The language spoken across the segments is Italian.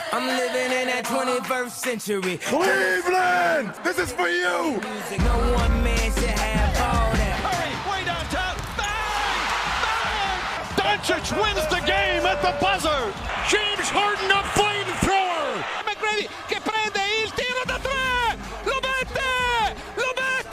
I'm living in that 21st century. Cleveland, this is for you. No one man should have all that. Hurry, way downtown. Bang! Bang! Doncic wins the game at the buzzer. James Harden, a flamethrower. McGrady che prende il tiro da tre. Lo mette! Lo mette!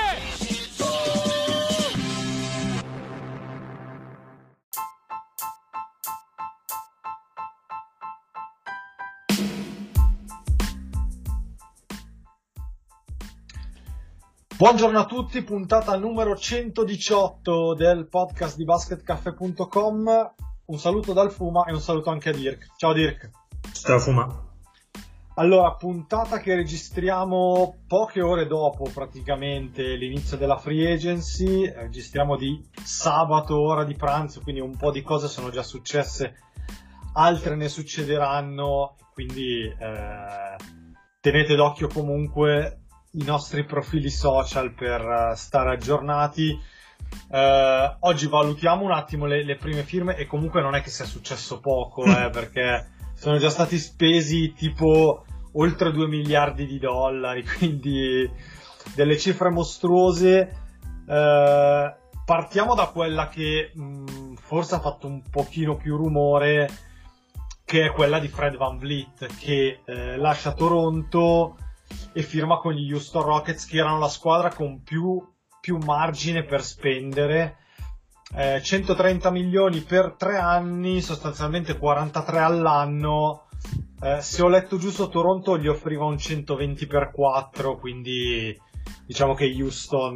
Buongiorno a tutti, puntata numero 118 del podcast di basketcaffè.com. Un saluto dal Fuma e un saluto anche a Dirk. Ciao Dirk. Ciao Fuma. Allora, puntata che registriamo poche ore dopo praticamente l'inizio della free agency. Registriamo di sabato, ora di pranzo, quindi un po' di cose sono già successe, altre ne succederanno, quindi tenete d'occhio comunque i nostri profili social per stare aggiornati. Oggi valutiamo un attimo le prime firme e comunque non è che sia successo poco, perché sono già stati spesi tipo oltre 2 miliardi di dollari, quindi delle cifre mostruose. Partiamo da quella che forse ha fatto un pochino più rumore, che è quella di Fred VanVleet, che lascia Toronto e firma con gli Houston Rockets, che erano la squadra con più margine per spendere. 130 milioni per 3 anni, sostanzialmente 43 all'anno. Se ho letto giusto, Toronto gli offriva un 120 per 4, quindi diciamo che Houston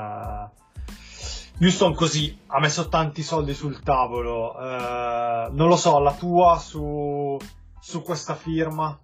così ha messo tanti soldi sul tavolo. Non lo so, la tua su questa firma?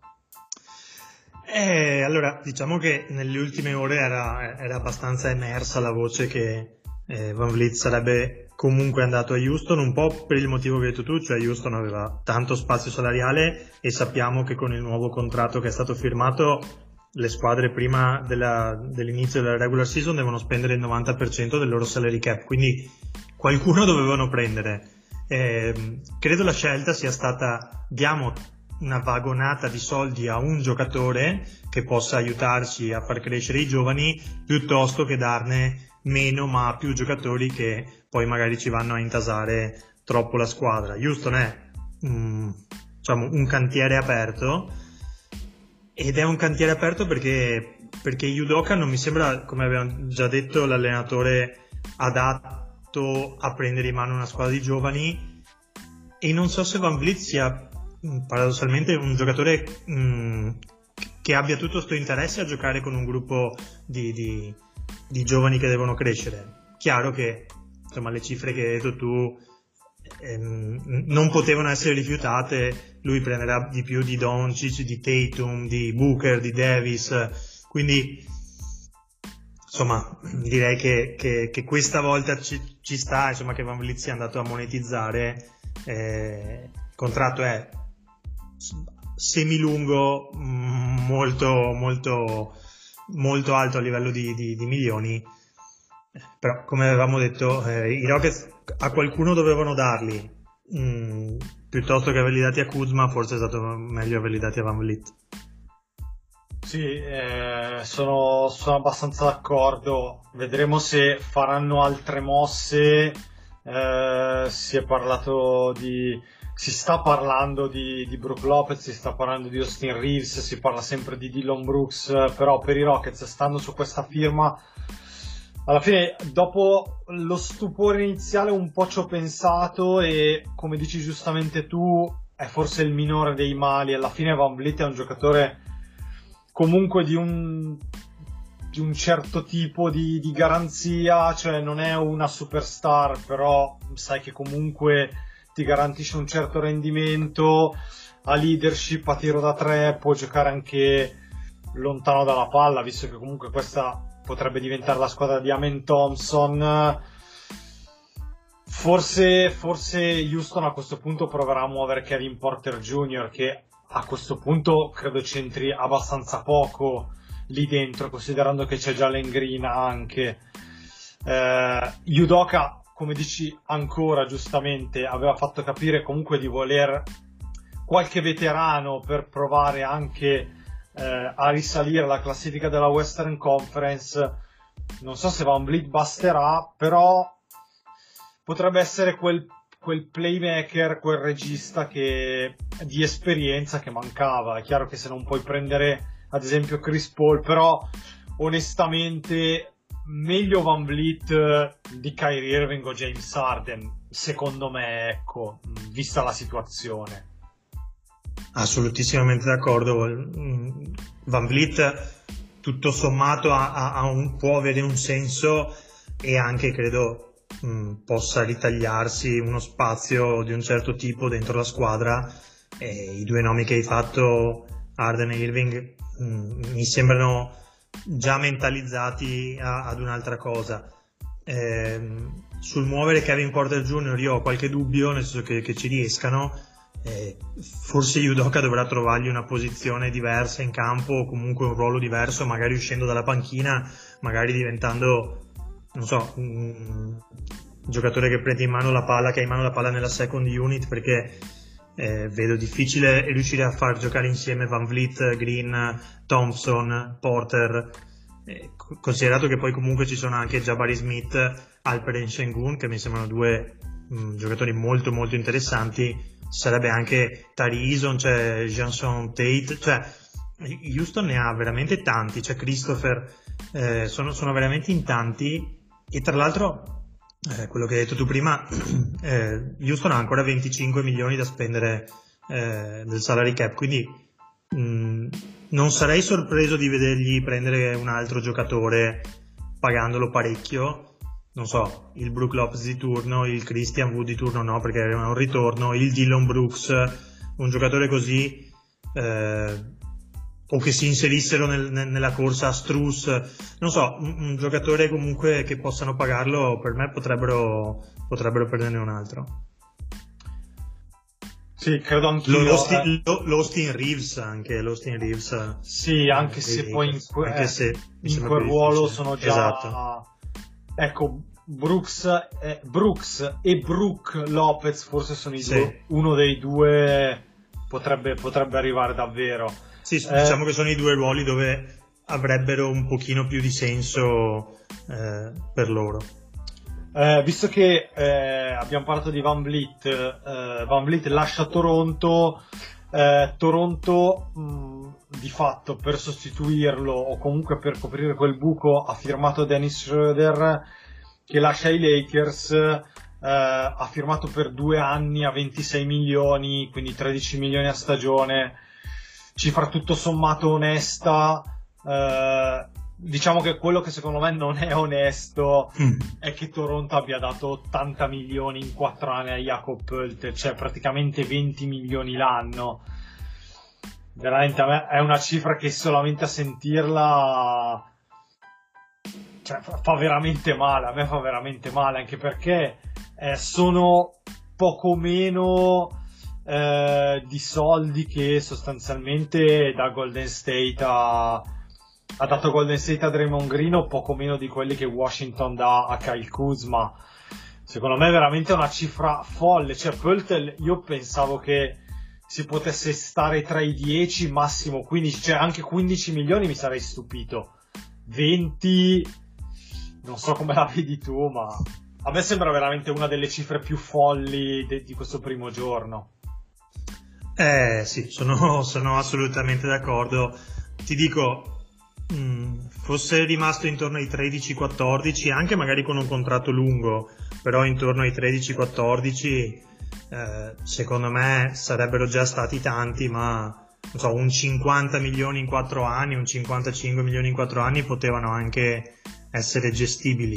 Allora, diciamo che nelle ultime ore era abbastanza emersa la voce che VanVleet sarebbe comunque andato a Houston, un po' per il motivo che hai detto tu, cioè Houston aveva tanto spazio salariale e sappiamo che con il nuovo contratto che è stato firmato le squadre prima dell'inizio della regular season devono spendere il 90% del loro salary cap, quindi qualcuno dovevano prendere. Credo la scelta sia stata: diamo una vagonata di soldi a un giocatore che possa aiutarci a far crescere i giovani, piuttosto che darne meno ma più giocatori che poi magari ci vanno a intasare troppo la squadra. Houston è diciamo un cantiere aperto, ed è un cantiere aperto perché Udoka non mi sembra, come avevamo già detto, l'allenatore adatto a prendere in mano una squadra di giovani, e non so se VanVleet sia paradossalmente un giocatore che abbia tutto questo interesse a giocare con un gruppo di giovani che devono crescere. Chiaro che insomma le cifre che hai detto tu non potevano essere rifiutate. Lui prenderà di più di Doncic, di Tatum, di Booker, di Davis, quindi insomma direi che questa volta ci sta, insomma, che VanVleet sia andato a monetizzare. Il contratto è semilungo, molto molto molto alto a livello di milioni, però come avevamo detto i Rockets a qualcuno dovevano darli, piuttosto che averli dati a Kuzma. Forse è stato meglio averli dati a VanVleet. Sì, sono abbastanza d'accordo. Vedremo se faranno altre mosse. Si sta parlando di Brook Lopez, si sta parlando di Austin Reeves, si parla sempre di Dillon Brooks, però per i Rockets, stando su questa firma, alla fine, dopo lo stupore iniziale, un po' ci ho pensato, e come dici giustamente tu, è forse il minore dei mali. Alla fine VanVleet è un giocatore comunque di un certo tipo di garanzia, cioè non è una superstar, però sai che comunque ti garantisce un certo rendimento, ha leadership, a tiro da tre, può giocare anche lontano dalla palla, visto che comunque questa potrebbe diventare la squadra di Amen Thompson. Forse Houston a questo punto proverà a muovere Kevin Porter Jr., che a questo punto credo c'entri abbastanza poco lì dentro, considerando che c'è Jalen Green anche. Udoka, come dici ancora giustamente, aveva fatto capire comunque di voler qualche veterano per provare anche a risalire la classifica della Western Conference. Non so se VanVleet basterà, però potrebbe essere quel playmaker, quel regista di esperienza che mancava. È chiaro che se non puoi prendere ad esempio Chris Paul, però onestamente meglio VanVleet di Kyrie Irving o James Harden, secondo me, ecco, vista la situazione. Assolutissimamente d'accordo. VanVleet tutto sommato può avere un senso, e anche credo possa ritagliarsi uno spazio di un certo tipo dentro la squadra. I due nomi che hai fatto, Harden e Irving, mi sembrano già mentalizzati ad un'altra cosa. Sul muovere Kevin Porter Jr. io ho qualche dubbio, nel senso che ci riescano. Forse Udoka dovrà trovargli una posizione diversa in campo, o comunque un ruolo diverso, magari uscendo dalla panchina, magari diventando, non so, un giocatore che prende in mano la palla, che ha in mano la palla nella second unit, perché vedo difficile riuscire a far giocare insieme VanVleet, Green, Thompson, Porter, considerato che poi comunque ci sono anche Jabari Smith, Alperen Sengun, che mi sembrano due giocatori molto molto interessanti. Ci sarebbe anche Tari Eason, c'è Jason Tate, cioè Houston ne ha veramente tanti, c'è Christopher, sono veramente in tanti. E tra l'altro quello che hai detto tu prima, Houston ha ancora 25 milioni da spendere del salary cap, quindi non sarei sorpreso di vedergli prendere un altro giocatore pagandolo parecchio. Non so, il Brook Lopez di turno, il Christian Wood di turno no, perché è un ritorno, il Dillon Brooks, un giocatore così, o che si inserissero nella corsa a Strus, non so, un giocatore comunque che possano pagarlo, per me potrebbero prenderne un altro. Sì, credo anch'io. L'Austin Reeves, anche l'Austin Reeves. Sì, anche se poi in quel ruolo sono già... Esatto. Ecco, Brooks e Brook Lopez forse sono uno dei due potrebbe arrivare davvero. Sì, diciamo che sono i due ruoli dove avrebbero un pochino più di senso per loro. Visto che abbiamo parlato di VanVleet lascia Toronto. Toronto di fatto, per sostituirlo o comunque per coprire quel buco, ha firmato Dennis Schroeder, che lascia i Lakers. Ha firmato per 2 anni a 26 milioni, quindi 13 milioni a stagione, cifra tutto sommato onesta. Diciamo che quello che secondo me non è onesto è che Toronto abbia dato 80 milioni in 4 anni a Jakob Poeltl, cioè praticamente 20 milioni l'anno. Veramente a me è una cifra che solamente a sentirla, cioè, fa veramente male. A me fa veramente male, anche perché sono poco meno di soldi che sostanzialmente da Golden State ha dato Golden State a Draymond Green, o poco meno di quelli che Washington dà a Kyle Kuzma. Secondo me è veramente una cifra folle. Cioè Poeltl, io pensavo che si potesse stare tra i 10, massimo 15, cioè anche 15 milioni mi sarei stupito. 20 non so come la vedi tu, ma a me sembra veramente una delle cifre più folli di questo primo giorno. Sì, sono assolutamente d'accordo. Ti dico, fosse rimasto intorno ai 13-14, anche magari con un contratto lungo, però intorno ai 13-14, secondo me sarebbero già stati tanti, ma non so, un 50 milioni in 4 anni, un 55 milioni in 4 anni potevano anche essere gestibili.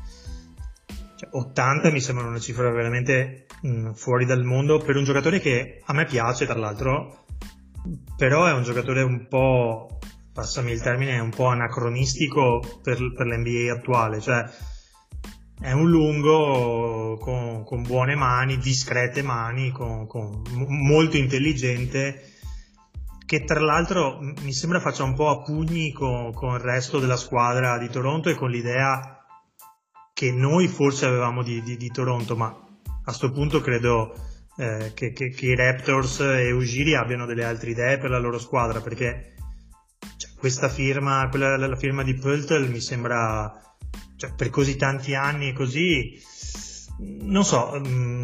Cioè, 80 mi sembra una cifra veramente fuori dal mondo per un giocatore che a me piace, tra l'altro, però è un giocatore un po', passami il termine, un po' anacronistico per l'NBA attuale. Cioè è un lungo con buone mani, discrete mani, molto intelligente, che tra l'altro mi sembra faccia un po' a pugni con il resto della squadra di Toronto e con l'idea che noi forse avevamo di Toronto, ma a sto punto credo che i Raptors e Ujiri abbiano delle altre idee per la loro squadra, perché questa firma, la firma di Poeltl mi sembra, per così tanti anni e così, non so,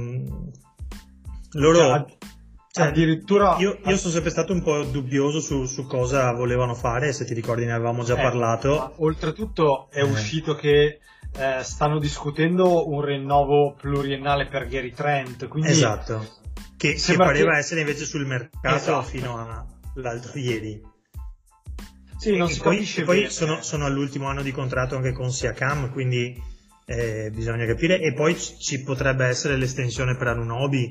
loro addirittura io sono sempre stato un po' dubbioso su cosa volevano fare, se ti ricordi ne avevamo già parlato. Ma oltretutto è uscito che stanno discutendo un rinnovo pluriennale per Gary Trent, quindi esatto, che pareva essere invece sul mercato, esatto, fino all'altro ieri. Sì, non si capisce poi bene. sono all'ultimo anno di contratto anche con Siakam, quindi bisogna capire, e poi ci potrebbe essere l'estensione per Anunoby.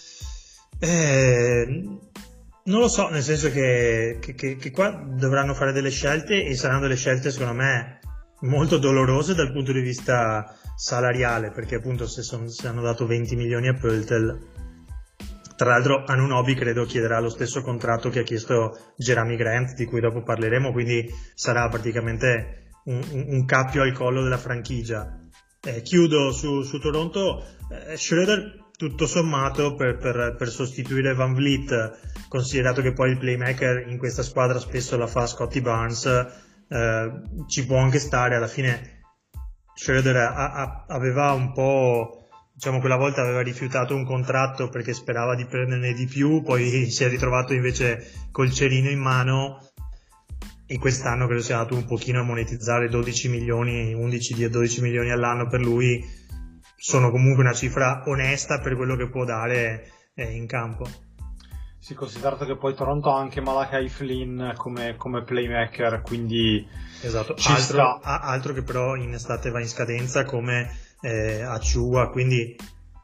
Non lo so, nel senso che qua dovranno fare delle scelte, e saranno delle scelte secondo me molto dolorose dal punto di vista salariale, perché appunto se hanno dato 20 milioni a Poeltl, tra l'altro Anunoby credo chiederà lo stesso contratto che ha chiesto Jerami Grant, di cui dopo parleremo, quindi sarà praticamente un cappio al collo della franchigia. Chiudo su Toronto. Schroeder tutto sommato per sostituire Van Vliet, considerato che poi il playmaker in questa squadra spesso la fa Scottie Barnes, ci può anche stare. Alla fine Schroeder aveva un po', diciamo, quella volta aveva rifiutato un contratto perché sperava di prenderne di più, poi si è ritrovato invece col cerino in mano, e quest'anno credo sia andato un pochino a monetizzare 11 a 12 milioni all'anno per lui. Sono comunque una cifra onesta per quello che può dare in campo. Sì, considerato che poi Toronto ha anche Malachi Flynn come playmaker, quindi esatto, altro che però in estate va in scadenza come Achua, quindi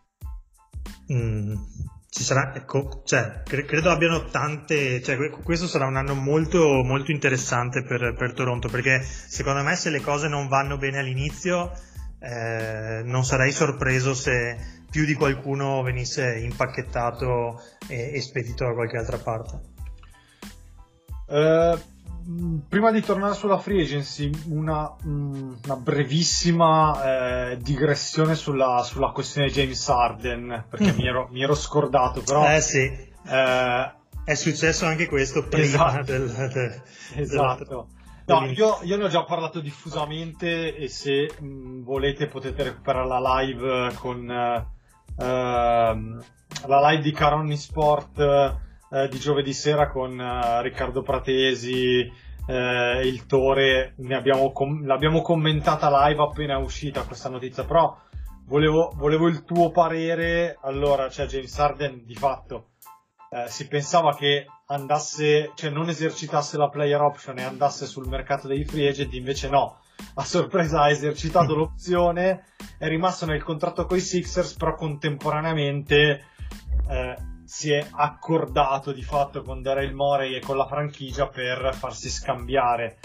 ci sarà, credo abbiano tante, questo sarà un anno molto molto interessante per Toronto, perché secondo me se le cose non vanno bene all'inizio, non sarei sorpreso se più di qualcuno venisse impacchettato e spedito da qualche altra parte. Prima di tornare sulla free agency, una brevissima digressione sulla questione James Harden, perché mi ero scordato, però sì. È successo anche questo prima. Esatto. Esatto. No, io ne ho già parlato diffusamente, e se volete potete recuperare la live con la live di Caroni Sport di giovedì sera con Riccardo Pratesi, il Tore. L'abbiamo commentata live appena è uscita questa notizia, però volevo il tuo parere. Allora, James Harden di fatto si pensava che andasse, non esercitasse la player option e andasse sul mercato dei free agent, invece no, a sorpresa ha esercitato l'opzione, è rimasto nel contratto con i Sixers, però contemporaneamente si è accordato di fatto con Daryl Morey e con la franchigia per farsi scambiare.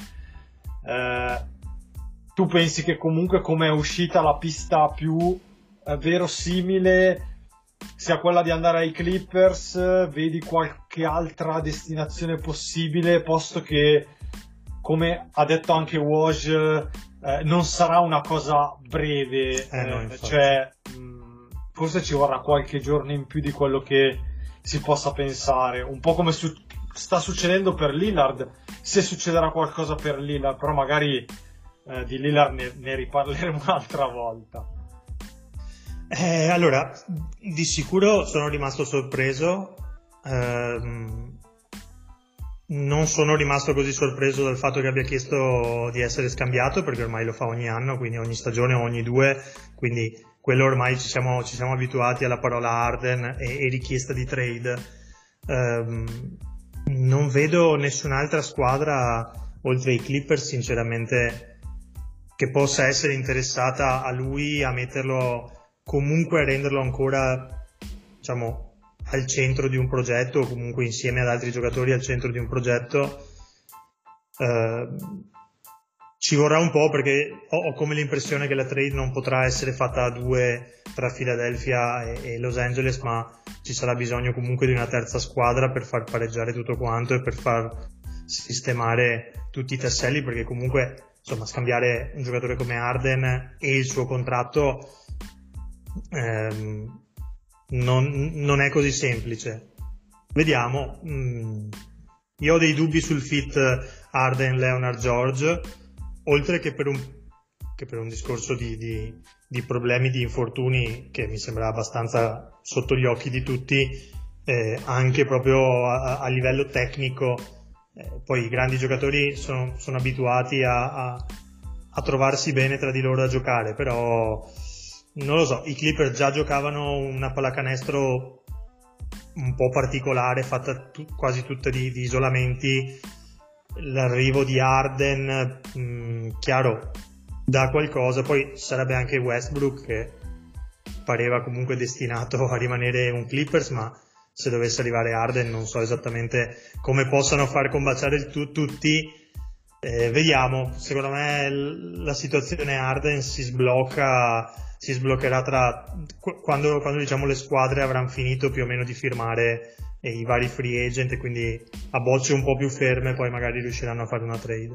Tu pensi che comunque, come è uscita, la pista più verosimile sia quella di andare ai Clippers? Vedi qualche altra destinazione possibile, posto che, come ha detto anche Woj, non sarà una cosa breve, forse ci vorrà qualche giorno in più di quello che si possa pensare, un po' come sta succedendo per Lillard, se succederà qualcosa per Lillard, però magari di Lillard ne riparleremo un'altra volta. Allora, di sicuro sono rimasto sorpreso. Non sono rimasto così sorpreso dal fatto che abbia chiesto di essere scambiato, perché ormai lo fa ogni anno, quindi ogni stagione o ogni due, quindi quello ormai ci siamo abituati alla parola Harden e richiesta di trade. Non vedo nessun'altra squadra oltre i Clippers, sinceramente, che possa essere interessata a lui, a metterlo comunque, a renderlo ancora, al centro di un progetto, o comunque insieme ad altri giocatori al centro di un progetto. Ci vorrà un po', perché ho come l'impressione che la trade non potrà essere fatta a due tra Philadelphia e Los Angeles, ma ci sarà bisogno comunque di una terza squadra per far pareggiare tutto quanto e per far sistemare tutti i tasselli, perché comunque scambiare un giocatore come Harden e il suo contratto non è così semplice. Vediamo. Io ho dei dubbi sul fit Harden-Leonard George, oltre che per un discorso di problemi di infortuni che mi sembra abbastanza sotto gli occhi di tutti, anche proprio a livello tecnico. Poi i grandi giocatori sono abituati a trovarsi bene tra di loro a giocare, però non lo so, i Clippers già giocavano una pallacanestro un po' particolare, fatta quasi tutta di isolamenti. L'arrivo di Harden, chiaro, dà qualcosa. Poi sarebbe anche Westbrook, che pareva comunque destinato a rimanere un Clippers, ma se dovesse arrivare Harden non so esattamente come possano far combaciare tutti. Vediamo, secondo me la situazione Harden si sbloccherà quando diciamo le squadre avranno finito più o meno di firmare i vari free agent, e quindi a bocce un po' più ferme poi magari riusciranno a fare una trade.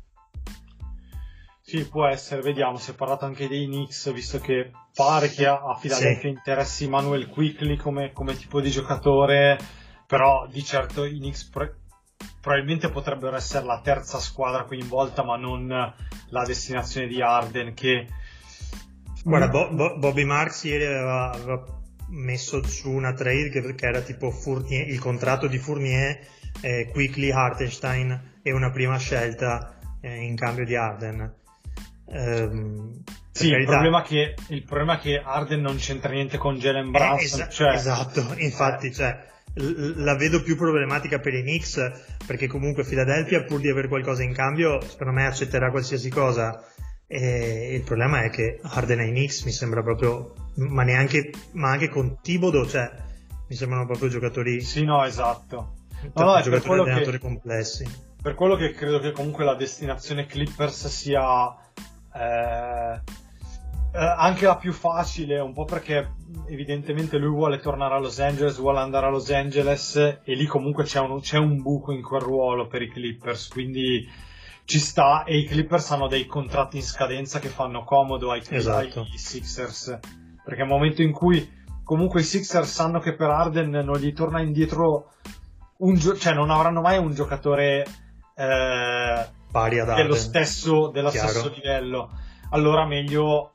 Sì, può essere, vediamo. Si è parlato anche dei Knicks, visto che pare che a Philadelphia interessi Manuel Quickley come tipo di giocatore, però di certo i Knicks probabilmente potrebbero essere la terza squadra coinvolta, ma non la destinazione di Harden, che... Guarda, Bobby Marks ieri aveva messo su una trade che era tipo Fournier, il contratto di Fournier, Quickley, Hartenstein e una prima scelta in cambio di Harden. Sì, il problema è che Harden non c'entra niente con Jalen Brunson. Esatto, infatti la vedo più problematica per i Knicks, perché comunque Philadelphia, pur di avere qualcosa in cambio, secondo me accetterà qualsiasi cosa. E il problema è che Harden ai Knicks mi sembra proprio, ma anche con Thibodeau, mi sembrano proprio giocatori. Sì, no, esatto. Giocatori allenatori complessi. Per quello che credo che comunque la destinazione Clippers sia anche la più facile, un po' perché evidentemente lui vuole tornare a Los Angeles, vuole andare a Los Angeles, e lì comunque c'è un buco in quel ruolo per i Clippers, quindi ci sta, e i Clippers hanno dei contratti in scadenza che fanno comodo ai Sixers, perché nel momento in cui comunque i Sixers sanno che per Harden non gli torna indietro non avranno mai un giocatore pari ad Harden, dello stesso livello, allora meglio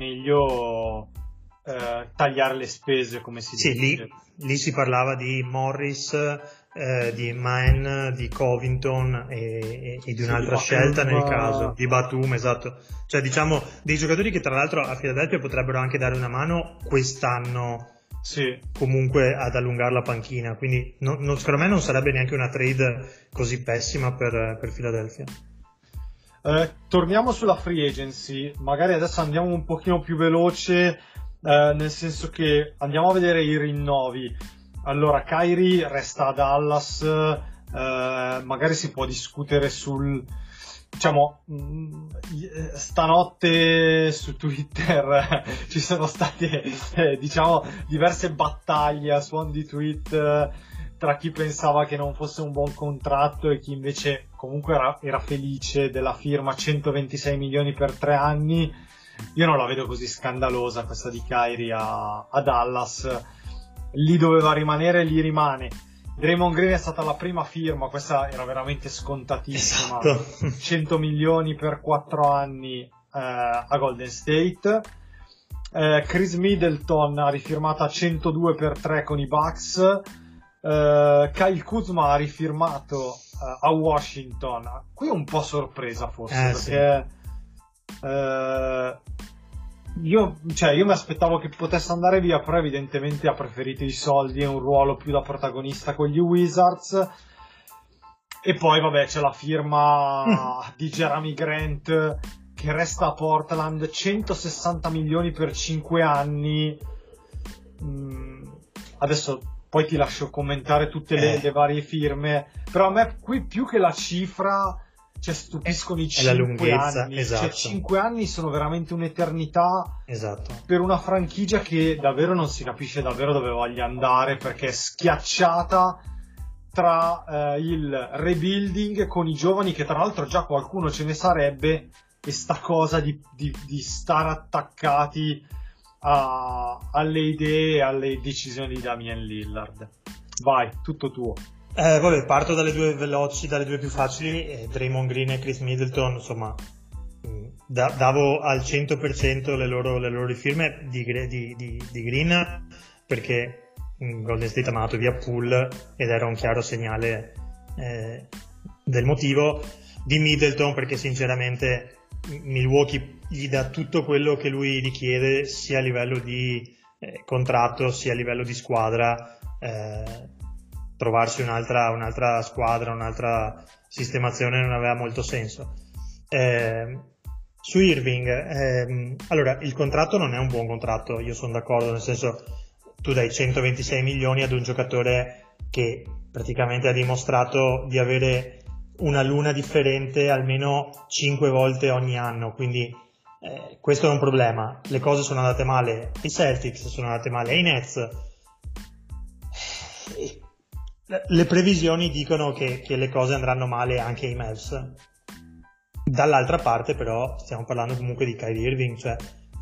tagliare le spese, come si dice. Lì si parlava di Morris, di Mann, di Covington e di un'altra scelta nel caso di Batum, esatto. Diciamo dei giocatori che tra l'altro a Philadelphia potrebbero anche dare una mano quest'anno, comunque ad allungare la panchina, quindi secondo me non sarebbe neanche una trade così pessima per Philadelphia. Torniamo sulla free agency, magari adesso andiamo un pochino più veloce, nel senso che andiamo a vedere i rinnovi. Allora, Kyrie resta a Dallas, magari si può discutere stanotte su Twitter ci sono state diverse battaglie a suon di tweet tra chi pensava che non fosse un buon contratto e chi invece comunque era felice della firma, 126 milioni per 3 anni. Io non la vedo così scandalosa questa di Kyrie a Dallas. Lì doveva rimanere, lì rimane. Draymond Green è stata la prima firma, questa era veramente scontatissima, 100 milioni per 4 anni a Golden State. Chris Middleton ha rifirmato a 102 per 3 con i Bucks. Kyle Kuzma ha rifirmato a Washington. Qui un po' sorpresa forse, perché io mi aspettavo che potesse andare via, però evidentemente ha preferito i soldi e un ruolo più da protagonista con gli Wizards. E poi vabbè, c'è la firma di Jeremy Grant che resta a Portland, 160 milioni per 5 anni. Adesso poi ti lascio commentare tutte le varie firme, però a me qui più che la cifra stupiscono i 5 anni. Esatto. 5 anni sono veramente un'eternità, esatto, per una franchigia che davvero non si capisce davvero dove voglia andare, perché è schiacciata tra il rebuilding con i giovani, che tra l'altro già qualcuno ce ne sarebbe, e sta cosa di stare attaccati alle idee e alle decisioni di Damian Lillard. Vai, tutto tuo. Vabbè, parto dalle due veloci, dalle due più facili. Draymond Green e Chris Middleton, insomma, davo al 100% le loro firme di Green, perché Golden State ha mandato via Poole ed era un chiaro segnale del motivo. Di Middleton perché sinceramente Milwaukee gli dà tutto quello che lui richiede, sia a livello di contratto sia a livello di squadra. Trovarsi un'altra squadra, un'altra sistemazione non aveva molto senso. Su Irving, allora il contratto non è un buon contratto, io sono d'accordo, nel senso, tu dai 126 milioni ad un giocatore che praticamente ha dimostrato di avere una luna differente almeno 5 volte ogni anno, quindi questo è un problema. Le cose sono andate male ai Celtics, sono andate male ai Nets. Le previsioni dicono che le cose andranno male anche ai Mavs. Dall'altra parte però stiamo parlando comunque di Kyrie Irving, cioè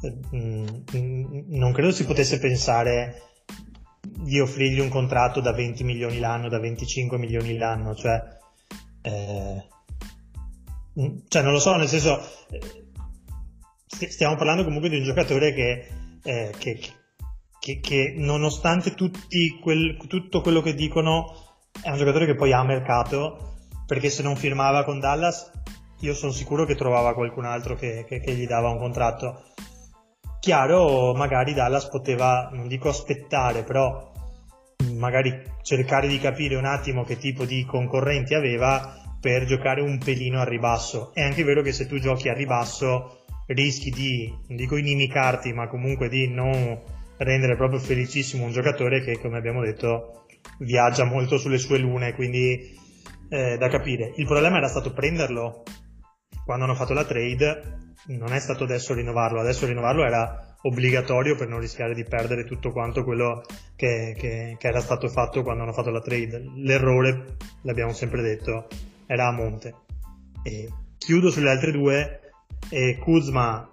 non credo si potesse pensare di offrirgli un contratto da 20 milioni l'anno, da 25 milioni l'anno, cioè non lo so, nel senso stiamo parlando comunque di un giocatore che nonostante tutto quello che dicono è un giocatore che poi ha mercato, perché se non firmava con Dallas io sono sicuro che trovava qualcun altro che gli dava un contratto. Chiaro, magari Dallas poteva, non dico aspettare, però magari cercare di capire un attimo che tipo di concorrenti aveva per giocare un pelino al ribasso. È anche vero che se tu giochi al ribasso rischi di, non dico inimicarti, ma comunque di non rendere proprio felicissimo un giocatore che, come abbiamo detto, viaggia molto sulle sue lune, quindi da capire. Il problema era stato prenderlo quando hanno fatto la trade, non è stato adesso rinnovarlo era obbligatorio per non rischiare di perdere tutto quanto quello che era stato fatto quando hanno fatto la trade. L'errore, l'abbiamo sempre detto, era a monte. E chiudo sulle altre due. Kuzma,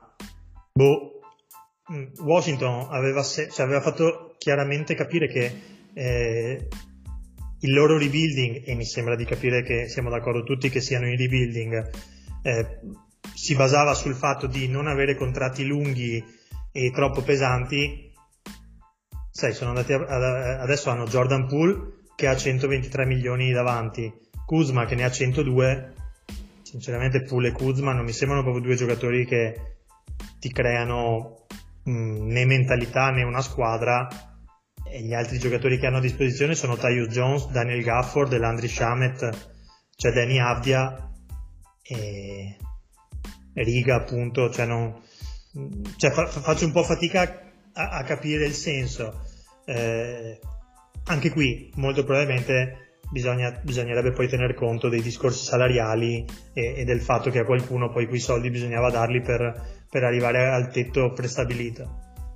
Washington aveva fatto chiaramente capire che il loro rebuilding, e mi sembra di capire che siamo d'accordo tutti che siano in rebuilding, si basava sul fatto di non avere contratti lunghi e troppo pesanti. Sai, sono andati adesso hanno Jordan Poole che ha 123 milioni davanti, Kuzma che ne ha 102. Sinceramente Poole e Kuzma non mi sembrano proprio due giocatori che ti creano né mentalità né una squadra, e gli altri giocatori che hanno a disposizione sono Tyus Jones, Daniel Gafford, Landry Shamet, c'è Danny Avdia e Riga, appunto, faccio un po' fatica a capire il senso. Anche qui molto probabilmente bisognerebbe poi tener conto dei discorsi salariali e del fatto che a qualcuno poi quei soldi bisognava darli per arrivare al tetto prestabilito.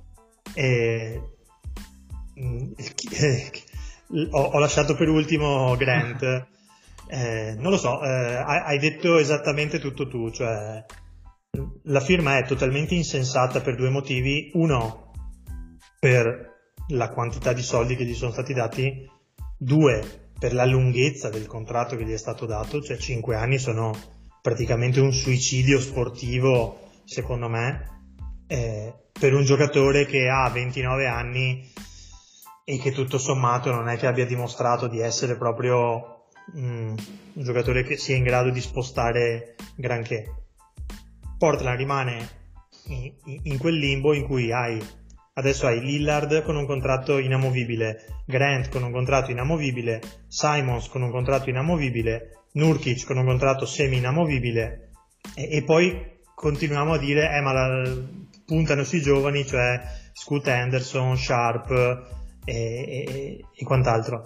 Ho lasciato per ultimo Grant. Non lo so, hai detto esattamente tutto tu, cioè la firma è totalmente insensata per due motivi: uno, per la quantità di soldi che gli sono stati dati; due, per la lunghezza del contratto che gli è stato dato, cioè 5 anni sono praticamente un suicidio sportivo, secondo me, per un giocatore che ha 29 anni e che tutto sommato non è che abbia dimostrato di essere proprio un giocatore che sia in grado di spostare granché. Portland rimane in quel limbo in cui adesso hai Lillard con un contratto inamovibile, Grant con un contratto inamovibile, Simons con un contratto inamovibile, Nurkic con un contratto semi inamovibile, e poi continuiamo a dire puntano sui giovani, cioè Scoot Henderson, Sharp e quant'altro.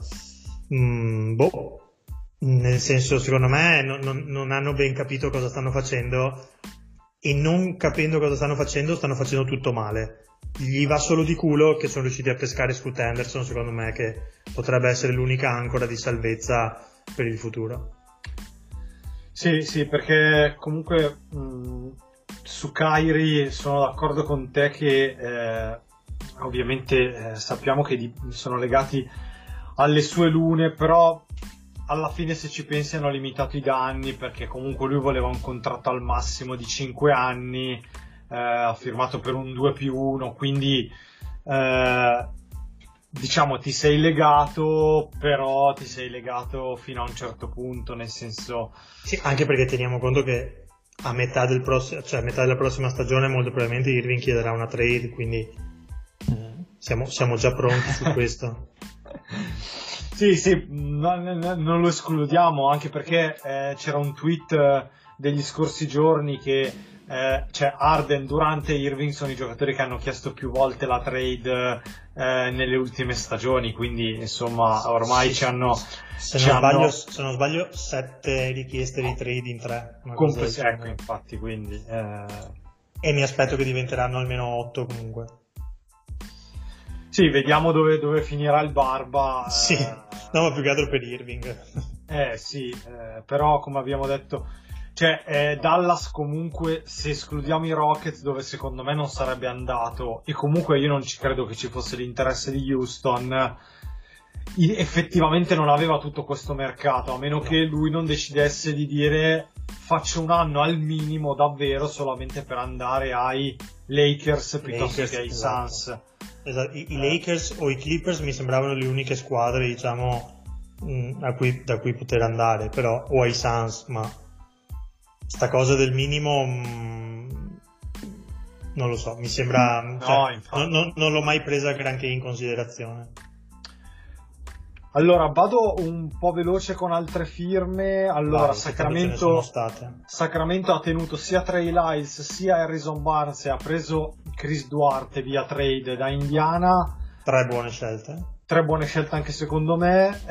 Nel senso, secondo me non hanno ben capito cosa stanno facendo, e non capendo cosa stanno facendo tutto male. Gli va solo di culo che sono riusciti a pescare Scoot Henderson, secondo me, che potrebbe essere l'unica ancora di salvezza per il futuro. Sì, perché comunque su Kyrie sono d'accordo con te che ovviamente sappiamo che sono legati alle sue lune, però alla fine, se ci pensi, hanno limitato i danni, perché comunque lui voleva un contratto al massimo di 5 anni, ha firmato per un 2+1, quindi diciamo ti sei legato, però ti sei legato fino a un certo punto, nel senso... Sì, anche perché teniamo conto che a metà della prossima stagione molto probabilmente Irving chiederà una trade, quindi siamo già pronti su questo. Sì, non lo escludiamo, anche perché c'era un tweet degli scorsi giorni che cioè Harden, Durant e Irving sono i giocatori che hanno chiesto più volte la trade nelle ultime stagioni, quindi insomma ormai Se non sbaglio 7 richieste di trade in 3. Ecco, infatti, quindi e mi aspetto che diventeranno almeno 8 comunque. Sì, vediamo dove finirà il Barba. Sì, no, ma più che altro per Irving. Sì, però come abbiamo detto, cioè Dallas comunque, se escludiamo i Rockets, dove secondo me non sarebbe andato, e comunque io non ci credo che ci fosse l'interesse di Houston, effettivamente non aveva tutto questo mercato, a meno che lui non decidesse di dire faccio un anno al minimo davvero solamente per andare ai Lakers piuttosto che ai Suns. Esatto. I Lakers o i Clippers mi sembravano le uniche squadre, diciamo, da cui poter andare, però, o ai Suns, ma sta cosa del minimo non lo so, mi sembra, non l'ho mai presa granché in considerazione. Allora, vado un po' veloce con altre firme. Allora, Sacramento ha tenuto sia Trey Lyles sia Harrison Barnes e ha preso Chris Duarte via trade da Indiana. 3 buone scelte. 3 buone scelte anche secondo me.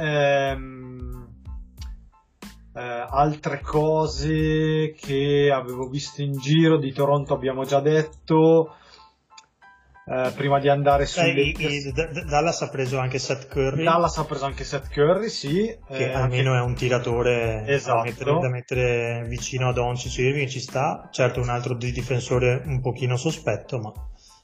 Altre cose che avevo visto in giro di Toronto abbiamo già detto. Prima di andare su Dallas ha preso anche Seth Curry. Sì, che almeno è un tiratore, esatto, da mettere vicino a Doncic. Irving ci sta, certo un altro difensore un pochino sospetto, ma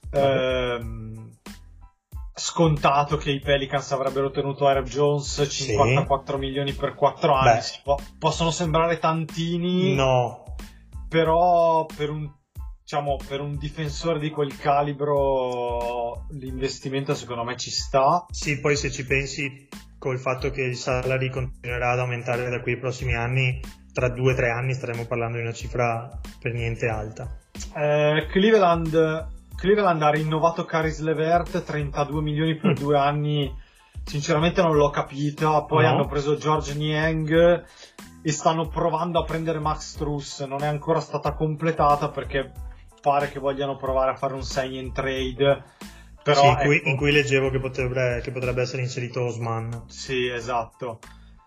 scontato che i Pelicans avrebbero tenuto Herb Jones, 54 milioni per 4 anni. Possono sembrare tantini, no, però per un difensore di quel calibro l'investimento secondo me ci sta. Sì, poi se ci pensi, col fatto che il salary continuerà ad aumentare da qui ai prossimi anni, tra 2-3 anni staremo parlando di una cifra per niente alta. Cleveland ha rinnovato Caris LeVert, 32 milioni per 2 anni, sinceramente non l'ho capita. Poi hanno preso George Niang e stanno provando a prendere Max Strus, non è ancora stata completata perché pare che vogliano provare a fare un sign and trade, però sì, in cui leggevo che potrebbe essere inserito Osman. Sì, esatto.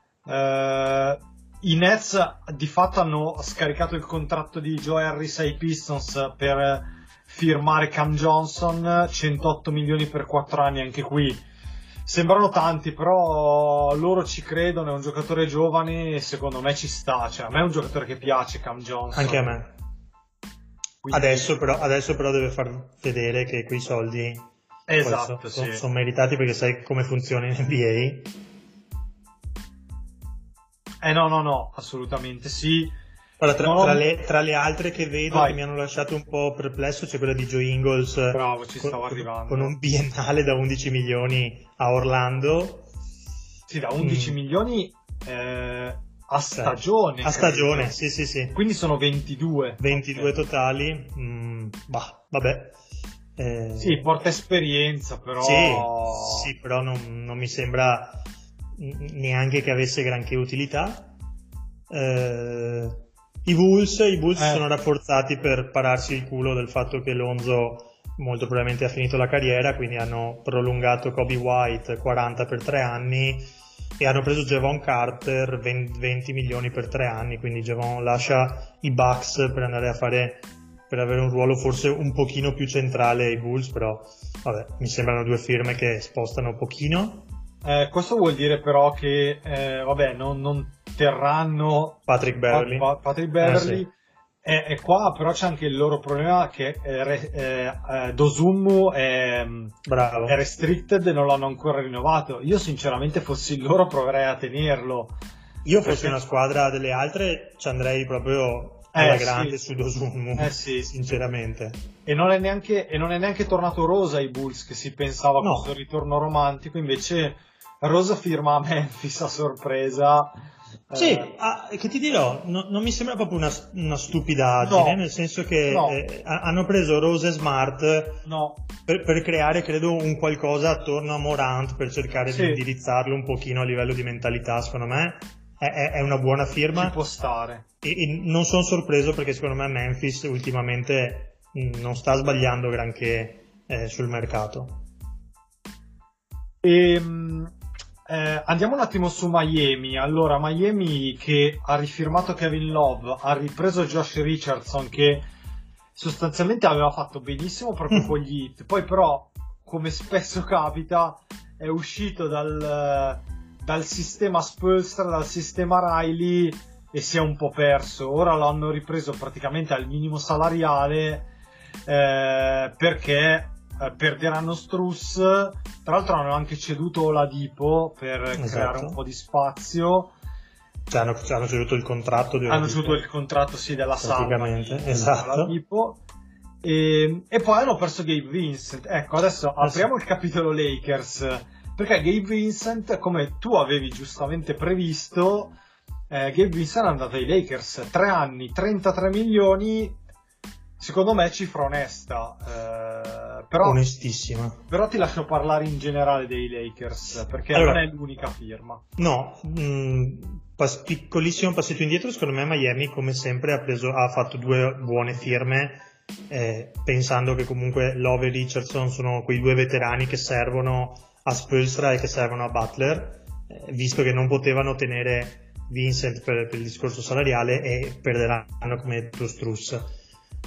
I Nets di fatto hanno scaricato il contratto di Joe Harris ai Pistons per firmare Cam Johnson, 108 milioni per 4 anni, anche qui sembrano tanti, però loro ci credono, è un giocatore giovane e secondo me ci sta, cioè a me è un giocatore che piace, Cam Johnson. Anche a me. Quindi... Adesso però deve far vedere che quei soldi sono meritati, perché sai come funziona in NBA. No, assolutamente sì. Allora, tra le altre che vedo che mi hanno lasciato un po' perplesso c'è quella di Joe Ingles. Bravo, ci stavo arrivando. Con un biennale da 11 milioni a Orlando. Sì, da 11 milioni a stagione. A stagione, sì. Quindi sono 22. 22 totali. Vabbè. Sì, porta esperienza, però. Sì, però non mi sembra neanche che avesse granché utilità. I Bulls si sono rafforzati per pararsi il culo del fatto che Lonzo molto probabilmente ha finito la carriera, quindi hanno prolungato Kobe White 40 per 3 anni e hanno preso Javon Carter 20 milioni per 3 anni, quindi Javon lascia i Bucks per avere un ruolo forse un pochino più centrale ai Bulls, però vabbè, mi sembrano 2 firme che spostano un pochino. Questo vuol dire però che non terranno Patrick Beverley, sì. E qua però c'è anche il loro problema che Dosummu è restricted e non l'hanno ancora rinnovato. Io sinceramente fossi loro proverei a tenerlo. Io fossi una squadra delle altre ci andrei proprio alla grande su Dosummu, sinceramente. E non è neanche tornato Rosa ai Bulls, che si pensava questo ritorno romantico, invece Rosa firma a Memphis a sorpresa. Sì, che ti dirò, non mi sembra proprio una stupidaggine, nel senso che hanno preso Rose e Smart per creare, credo, un qualcosa attorno a Morant, per cercare di indirizzarlo un pochino a livello di mentalità. Secondo me è una buona firma. Ci può stare. E non sono sorpreso, perché secondo me Memphis ultimamente non sta sbagliando granché sul mercato. Andiamo un attimo su Miami. Allora, Miami che ha rifirmato Kevin Love, ha ripreso Josh Richardson, che sostanzialmente aveva fatto benissimo proprio con gli Heat, poi però, come spesso capita, è uscito dal sistema Spoelstra, dal sistema Riley, e si è un po' perso. Ora l'hanno ripreso praticamente al minimo salariale, perché perderanno Strus. Tra l'altro hanno anche ceduto Oladipo per creare un po' di spazio. Cioè, hanno ceduto il contratto di Oladipo. Hanno ceduto il contratto della salva di Oladipo. E poi hanno perso Gabe Vincent. Ecco, adesso apriamo il capitolo Lakers, perché Gabe Vincent, come tu avevi giustamente previsto, Gabe Vincent è andato ai Lakers, 3 anni, 33 milioni. Secondo me cifra onesta, però onestissima. Però ti lascio parlare in generale dei Lakers, perché non è l'unica firma. No, piccolissimo passetto indietro. Secondo me Miami, come sempre, ha fatto 2 buone firme, pensando che comunque Love e Richardson sono quei 2 veterani che servono a Spoelstra e che servono a Butler, visto che non potevano tenere Vincent per il discorso salariale e perderanno, come detto, Strus.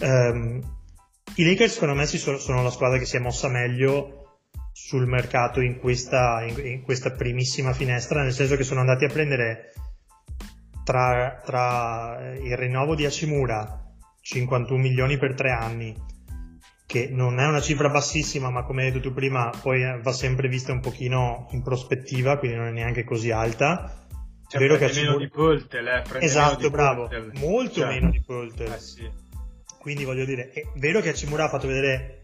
I Lakers secondo me sono la squadra che si è mossa meglio sul mercato in questa primissima finestra, nel senso che sono andati a prendere tra il rinnovo di Hachimura, 51 milioni per 3 anni, che non è una cifra bassissima, ma come hai detto tu prima poi va sempre vista un pochino in prospettiva, quindi non è neanche così alta. È vero che meno di Poeltel, esatto, bravo, molto meno di Poeltel. Sì. Quindi voglio dire, è vero che Hachimura ha fatto vedere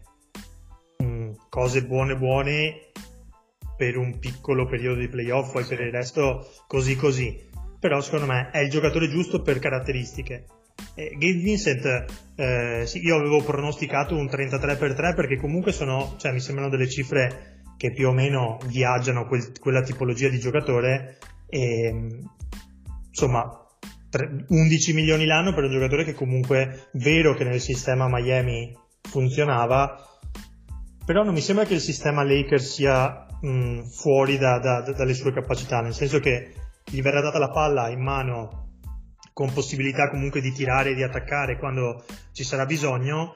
cose buone per un piccolo periodo di playoff, poi per il resto così, però secondo me è il giocatore giusto per caratteristiche. Gabe Vincent, io avevo pronosticato un 33x3, perché comunque mi sembrano delle cifre che più o meno viaggiano quella tipologia di giocatore, e insomma 11 milioni l'anno per un giocatore che comunque, vero che nel sistema Miami funzionava, però non mi sembra che il sistema Lakers sia fuori dalle sue capacità, nel senso che gli verrà data la palla in mano con possibilità comunque di tirare e di attaccare quando ci sarà bisogno,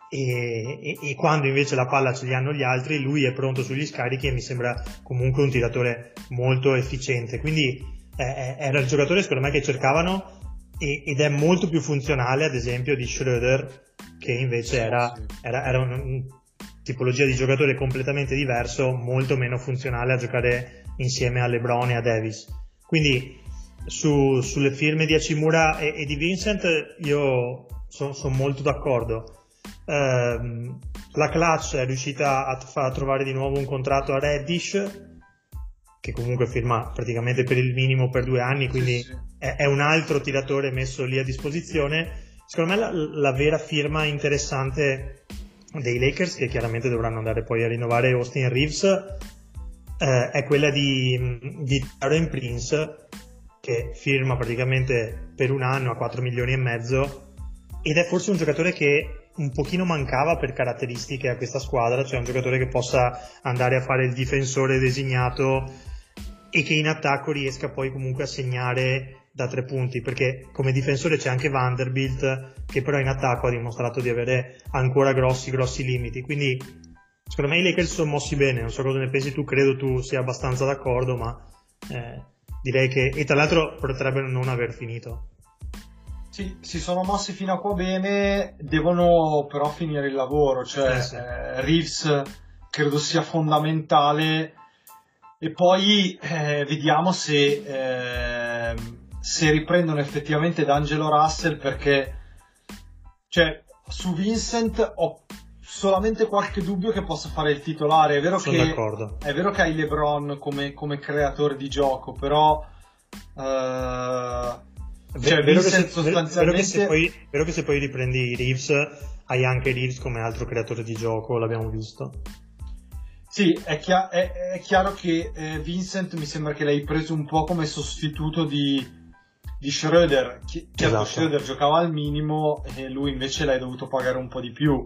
e quando invece la palla ce li hanno gli altri, lui è pronto sugli scarichi, e mi sembra comunque un tiratore molto efficiente. Quindi era il giocatore secondo me che cercavano, ed è molto più funzionale ad esempio di Schroeder, che invece era una tipologia di giocatore completamente diverso, molto meno funzionale a giocare insieme a LeBron e a Davis. Quindi sulle firme di Hachimura e di Vincent io sono molto d'accordo. La Clutch è riuscita a trovare di nuovo un contratto a Reddish, che comunque firma praticamente per il minimo per 2 anni, quindi è un altro tiratore messo lì a disposizione. Secondo me la vera firma interessante dei Lakers, che chiaramente dovranno andare poi a rinnovare Austin Reeves, è quella di Taurean Prince, che firma praticamente per 1 anno a 4 milioni e mezzo, ed è forse un giocatore che un pochino mancava per caratteristiche a questa squadra, cioè un giocatore che possa andare a fare il difensore designato e che in attacco riesca poi comunque a segnare da 3 punti, perché come difensore c'è anche Vanderbilt, che però in attacco ha dimostrato di avere ancora grossi limiti. Quindi secondo me i Lakers sono mossi bene, non so cosa ne pensi tu, credo tu sia abbastanza d'accordo, ma direi che, e tra l'altro potrebbero non aver finito. Sì, si sono mossi fino a qua bene, devono però finire il lavoro, cioè sì. Reeves credo sia fondamentale, e poi vediamo se riprendono effettivamente D'Angelo Russell, perché cioè, su Vincent ho solamente qualche dubbio che possa fare il titolare. Sono d'accordo. È vero che hai LeBron come creatore di gioco, però cioè Vincent sostanzialmente vero che se poi riprendi Reeves hai anche Reeves come altro creatore di gioco, l'abbiamo visto. Sì, è chiaro che Vincent mi sembra che l'hai preso un po' come sostituto di Schroeder. Certo, esatto. Schroeder giocava al minimo e lui invece l'hai dovuto pagare un po' di più.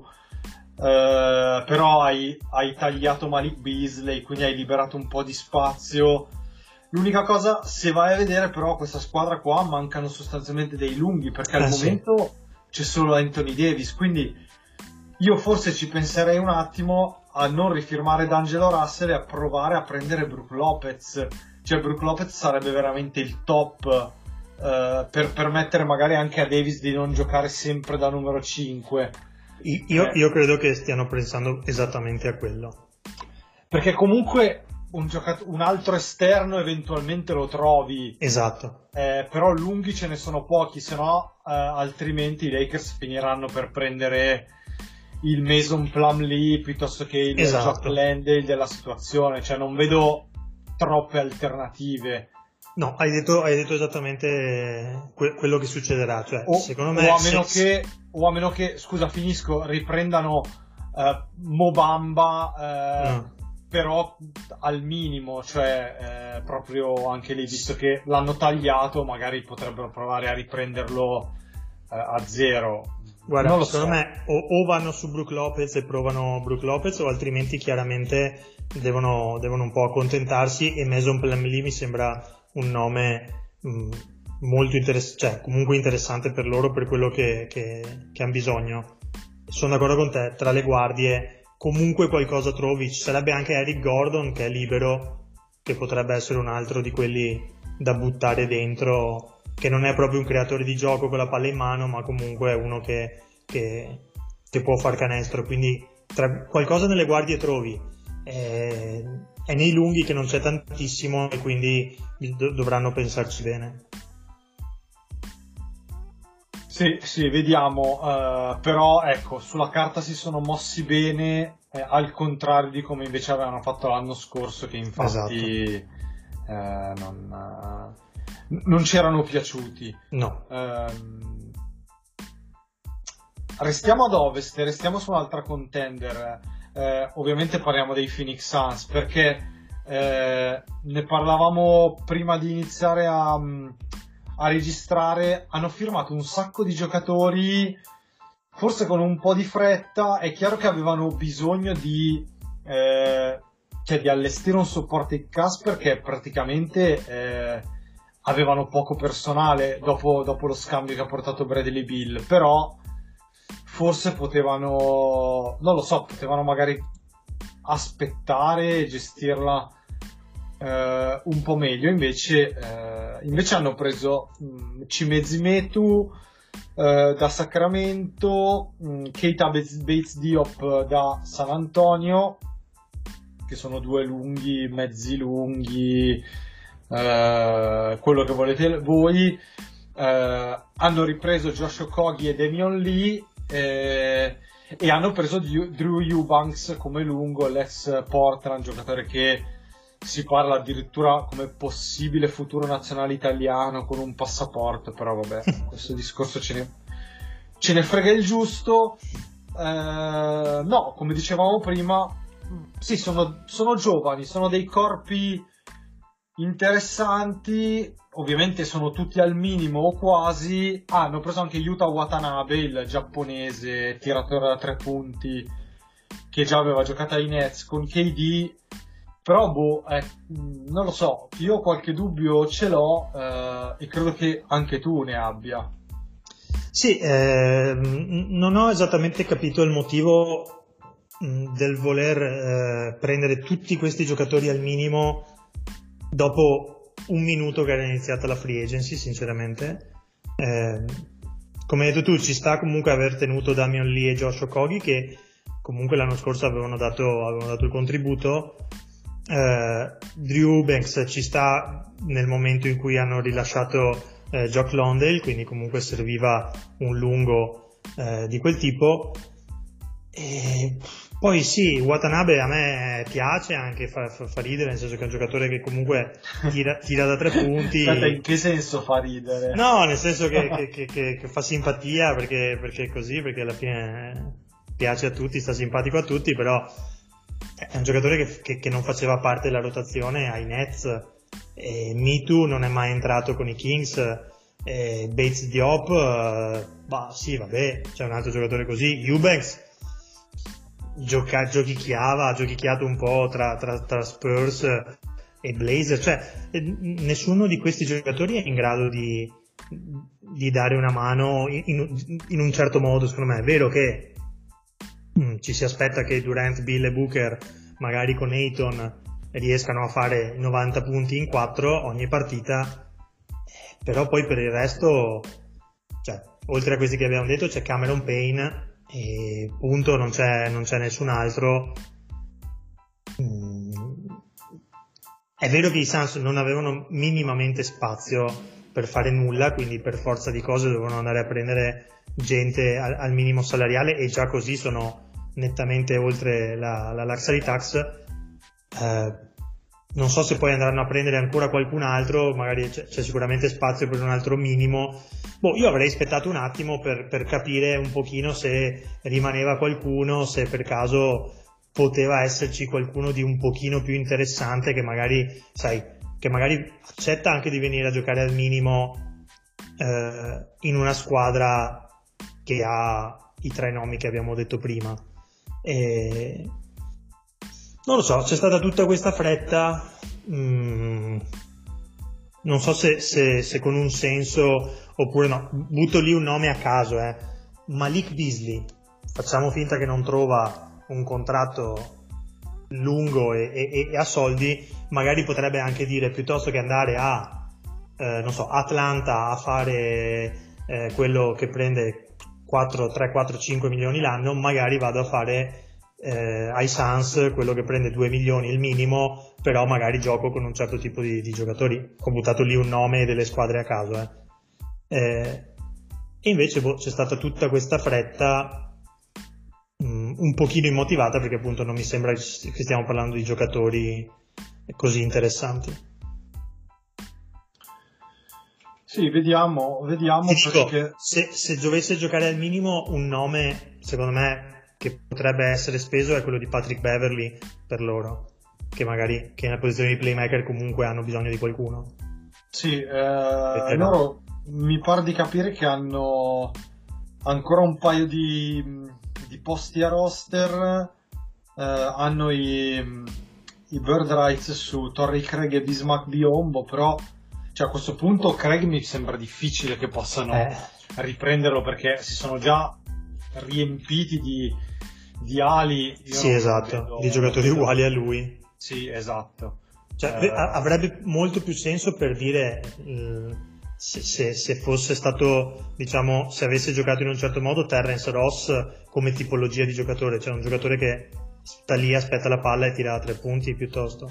Però hai tagliato Malik Beasley, quindi hai liberato un po' di spazio. L'unica cosa, se vai a vedere però questa squadra qua, mancano sostanzialmente dei lunghi, perché al momento c'è solo Anthony Davis, quindi io forse ci penserei un attimo a non rifirmare D'Angelo Russell e a provare a prendere Brook Lopez. Cioè Brook Lopez sarebbe veramente il top per permettere magari anche a Davis di non giocare sempre da numero 5. Io credo che stiano pensando esattamente a quello, perché comunque un altro esterno eventualmente lo trovi, esatto, però lunghi ce ne sono pochi, se no altrimenti i Lakers finiranno per prendere il Mason Plumlee piuttosto che il Jock Landale della situazione. Cioè non vedo troppe alternative. No, hai detto esattamente quello che succederà, cioè secondo me o a meno che scusa, finisco, riprendano Mo Bamba però al minimo, cioè proprio anche lì, visto che l'hanno tagliato, magari potrebbero provare a riprenderlo a zero. Guarda, non lo secondo so. me o vanno su Brook Lopez e provano Brook Lopez, o altrimenti chiaramente devono un po' accontentarsi, e Mason Plumlee mi sembra un nome molto interessante, cioè comunque interessante per loro, per quello che hanno bisogno. Sono d'accordo con te, tra le guardie comunque qualcosa trovi. Ci sarebbe anche Eric Gordon, che è libero, che potrebbe essere un altro di quelli da buttare dentro, che non è proprio un creatore di gioco con la palla in mano, ma comunque è uno che può far canestro, quindi qualcosa nelle guardie trovi. È nei lunghi che non c'è tantissimo, e quindi dovranno pensarci bene. Sì, vediamo, però ecco, sulla carta si sono mossi bene, al contrario di come invece avevano fatto l'anno scorso, che infatti non c'erano piaciuti. No. Restiamo ad ovest, restiamo su un'altra contender. Ovviamente parliamo dei Phoenix Suns, perché ne parlavamo prima di iniziare a registrare. Hanno firmato un sacco di giocatori, forse con un po' di fretta. È chiaro che avevano bisogno di allestire un supporto in cast, perché praticamente avevano poco personale dopo lo scambio che ha portato Bradley Beal, però forse potevano magari aspettare e gestirla un po' meglio. Invece hanno preso Chimezi Metu da Sacramento, Keita Bates Diop da San Antonio, che sono due lunghi, mezzi lunghi, quello che volete voi. Hanno ripreso Josh Okogie e Damian Lee, e hanno preso Drew Eubanks come lungo, l'ex Portland, giocatore che si parla addirittura come possibile futuro nazionale italiano con un passaporto, però vabbè, questo discorso ce ne frega il giusto. No, come dicevamo prima, sì, sono giovani, sono dei corpi interessanti, ovviamente sono tutti al minimo o quasi. Hanno preso anche Yuta Watanabe, il giapponese tiratore da 3 punti, che già aveva giocato ai Nets con KD, però non lo so, io qualche dubbio ce l'ho, e credo che anche tu ne abbia. Sì, non ho esattamente capito il motivo del voler prendere tutti questi giocatori al minimo dopo un minuto che era iniziata la free agency, sinceramente. come hai detto tu, ci sta comunque aver tenuto Damian Lee e Josh Okogie, che comunque l'anno scorso avevano dato il contributo. Drew Eubanks ci sta nel momento in cui hanno rilasciato Jock Landale, quindi comunque serviva un lungo di quel tipo. E poi sì, Watanabe a me piace, anche fa ridere, nel senso che è un giocatore che comunque tira da 3 punti. Aspetta, in che senso fa ridere? No, nel senso che fa simpatia, perché è così, perché alla fine piace a tutti, sta simpatico a tutti, però è un giocatore che non faceva parte della rotazione ai Nets. Mitu non è mai entrato con i Kings. Bates Diop, sì, vabbè, c'è un altro giocatore così. Eubanks ha giochicchiato un po' tra Spurs e Blazers, cioè nessuno di questi giocatori è in grado di dare una mano in un certo modo. Secondo me è vero che ci si aspetta che Durant, Bill e Booker magari con Ayton riescano a fare 90 punti in 4 ogni partita, però poi per il resto, cioè, oltre a questi che abbiamo detto, c'è Cameron Payne e punto, non c'è nessun altro. È vero che i Suns non avevano minimamente spazio per fare nulla, quindi per forza di cose dovevano andare a prendere gente al minimo salariale, e già così sono nettamente oltre la luxury tax. Non so se poi andranno a prendere ancora qualcun altro, magari c'è sicuramente spazio per un altro minimo. Io avrei aspettato un attimo per capire un pochino se rimaneva qualcuno, se per caso poteva esserci qualcuno di un pochino più interessante che magari accetta anche di venire a giocare al minimo in una squadra che ha i 3 nomi che abbiamo detto prima. Non lo so, c'è stata tutta questa fretta, non so se con un senso oppure no. Butto lì un nome a caso, Malik Beasley, facciamo finta che non trova un contratto lungo e a soldi, magari potrebbe anche dire, piuttosto che andare a Atlanta a fare quello che prende 3-4-5 milioni l'anno, magari vado a fare ai Suns quello che prende 2 milioni il minimo, però magari gioco con un certo tipo di giocatori. Ho buttato lì un nome delle squadre a caso, e invece c'è stata tutta questa fretta un pochino immotivata, perché appunto non mi sembra che stiamo parlando di giocatori così interessanti. Sì, vediamo perché se dovesse giocare al minimo, un nome secondo me che potrebbe essere speso è quello di Patrick Beverley per loro, che magari che nella posizione di playmaker comunque hanno bisogno di qualcuno. Sì, loro mi pare di capire che hanno ancora un paio di posti a roster, hanno i bird rights su Torrey Craig e Bismack Biyombo, però a questo punto Craig mi sembra difficile che possano riprenderlo, perché si sono già riempiti di ali. Sì, esatto, di giocatori uguali a lui. Sì, esatto. Avrebbe molto più senso, per dire, se fosse stato, diciamo, se avesse giocato in un certo modo Terrence Ross come tipologia di giocatore, cioè un giocatore che sta lì, aspetta la palla e tira 3 punti piuttosto.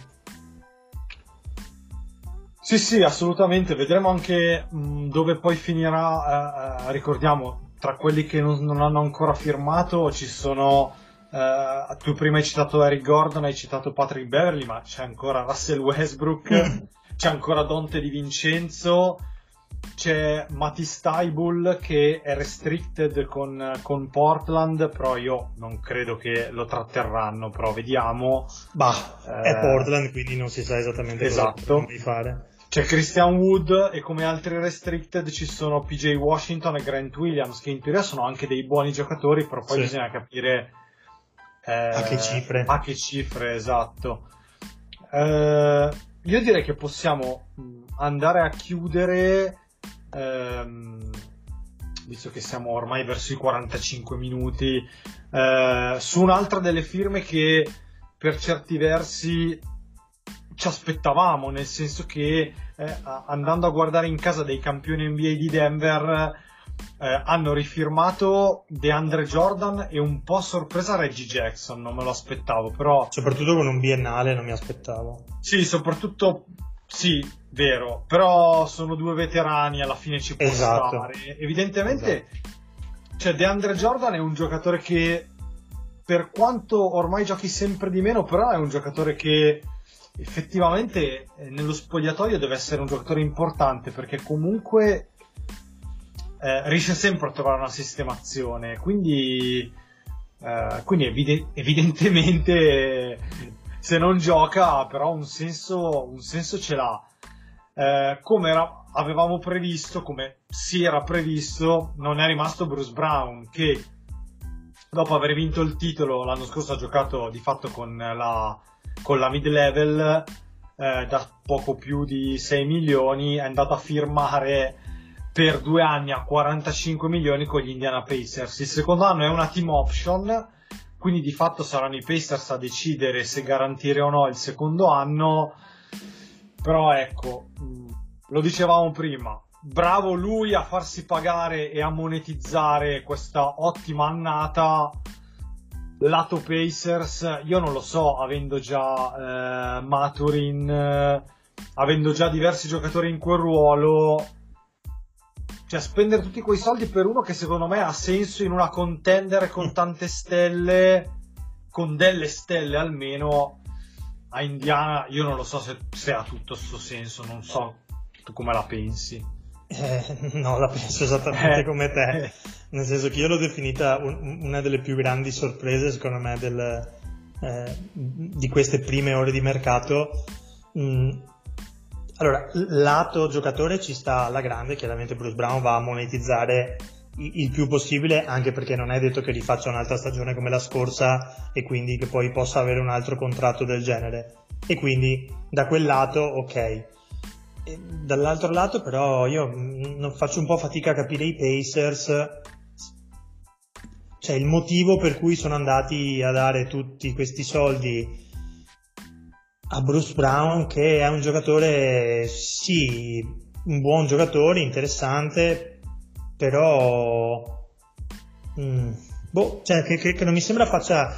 Sì, assolutamente. Vedremo anche dove poi finirà. Ricordiamo, tra quelli che non hanno ancora firmato ci sono, tu prima hai citato Eric Gordon, hai citato Patrick Beverley, ma c'è ancora Russell Westbrook, c'è ancora Dante Di Vincenzo, c'è Matisse Thybulle che è restricted con Portland, però io non credo che lo tratterranno, però vediamo. È Portland, quindi non si sa esattamente cosa devi fare. C'è Christian Wood, e come altri restricted ci sono PJ Washington e Grant Williams, che in teoria sono anche dei buoni giocatori, però poi bisogna capire a che cifre, esatto. Io direi che possiamo andare a chiudere, visto che siamo ormai verso i 45 minuti, su un'altra delle firme che per certi versi ci aspettavamo, nel senso che andando a guardare in casa dei campioni NBA di Denver, hanno rifirmato DeAndre Jordan e un po' sorpresa Reggie Jackson, non me lo aspettavo, però... Soprattutto con un biennale non mi aspettavo. Sì, soprattutto, sì, vero, però sono due veterani, alla fine ci può stare. Evidentemente, cioè DeAndre Jordan è un giocatore che, per quanto ormai giochi sempre di meno, però è un giocatore che effettivamente nello spogliatoio deve essere un giocatore importante, perché comunque... riesce sempre a trovare una sistemazione, quindi evidentemente se non gioca però un senso ce l'ha, come avevamo previsto, come si era previsto. Non è rimasto Bruce Brown, che dopo aver vinto il titolo l'anno scorso ha giocato di fatto con la mid-level, da poco più di 6 milioni, è andato a firmare per 2 anni a 45 milioni con gli Indiana Pacers. Il secondo anno è una team option, quindi di fatto saranno i Pacers a decidere se garantire o no il secondo anno. Però ecco, lo dicevamo prima, bravo lui a farsi pagare e a monetizzare questa ottima annata. Lato Pacers, io non lo so, avendo già Mathurin, avendo già diversi giocatori in quel ruolo, cioè spendere tutti quei soldi per uno che secondo me ha senso in una contender con tante stelle, con delle stelle almeno, a Indiana, io non lo so se ha tutto sto senso, non so tu come la pensi. No, la penso esattamente come te, nel senso che io l'ho definita una delle più grandi sorprese secondo me di queste prime ore di mercato. Allora, lato giocatore ci sta alla grande, chiaramente Bruce Brown va a monetizzare il più possibile, anche perché non è detto che rifaccia un'altra stagione come la scorsa e quindi che poi possa avere un altro contratto del genere, e quindi da quel lato ok. E dall'altro lato però io non faccio un po' fatica a capire i Pacers, cioè il motivo per cui sono andati a dare tutti questi soldi a Bruce Brown, che è un giocatore, sì, un buon giocatore, interessante, però cioè che non mi sembra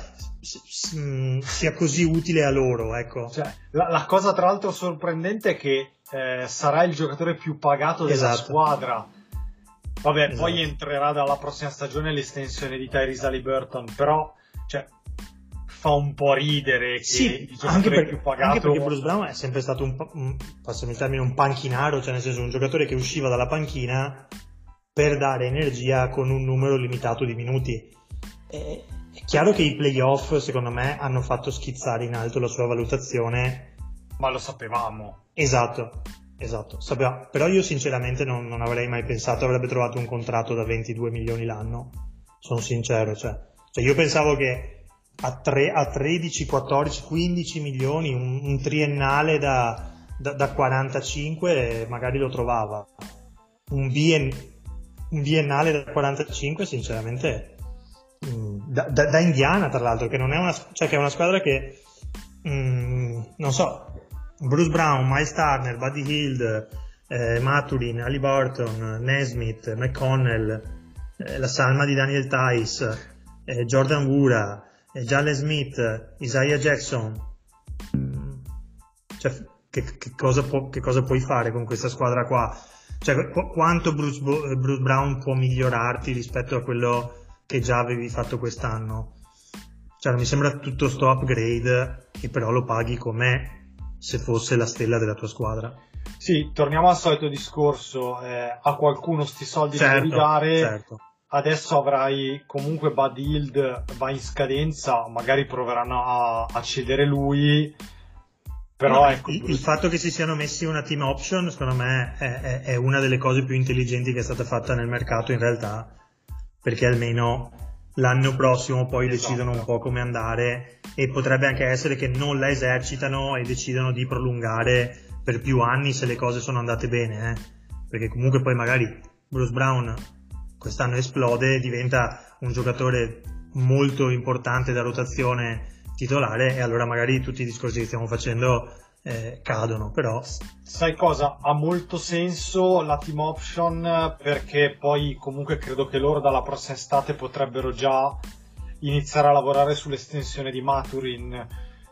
sia così utile a loro, ecco. Cioè, la cosa tra l'altro sorprendente è che sarà il giocatore più pagato della squadra. Vabbè, esatto. Poi entrerà dalla prossima stagione l'estensione di Tyrese Haliburton, però cioè fa un po' ridere che sì, il giocatore più pagato, anche perché Bruce Brown è sempre stato passami il termine, un panchinaro, cioè nel senso un giocatore che usciva dalla panchina per dare energia con un numero limitato di minuti. È chiaro che i playoff secondo me hanno fatto schizzare in alto la sua valutazione, ma lo sapevamo. Esatto, sapevamo. Però io sinceramente non avrei mai pensato avrebbe trovato un contratto da 22 milioni l'anno, sono sincero, cioè io pensavo che a 13, 14, 15 milioni un triennale da 45 magari lo trovava, un biennale da 45 sinceramente da Indiana, tra l'altro, che non è che è una squadra che non so, Bruce Brown, Miles Turner, Buddy Hield, Mathurin, Haliburton, Nesmith, McConnell, la salma di Daniel Tice, Jordan Wura, Jalen Smith, Isaiah Jackson, cioè che cosa puoi fare con questa squadra qua? Cioè quanto Bruce Brown può migliorarti rispetto a quello che già avevi fatto quest'anno? Cioè mi sembra tutto sto upgrade e però lo paghi come se fosse la stella della tua squadra. Sì, torniamo al solito discorso, a qualcuno sti soldi devi dare. Certo. Adesso avrai comunque Buddy Hield va in scadenza, magari proveranno a cedere lui, però no, ecco, il fatto che si siano messi una team option secondo me è una delle cose più intelligenti che è stata fatta nel mercato in realtà, perché almeno l'anno prossimo poi decidono un po' come andare, e potrebbe anche essere che non la esercitano e decidono di prolungare per più anni se le cose sono andate bene, perché comunque poi magari Bruce Brown quest'anno esplode, diventa un giocatore molto importante da rotazione titolare, e allora magari tutti i discorsi che stiamo facendo cadono, però sai cosa? Ha molto senso la team option, perché poi comunque credo che loro dalla prossima estate potrebbero già iniziare a lavorare sull'estensione di Maturin,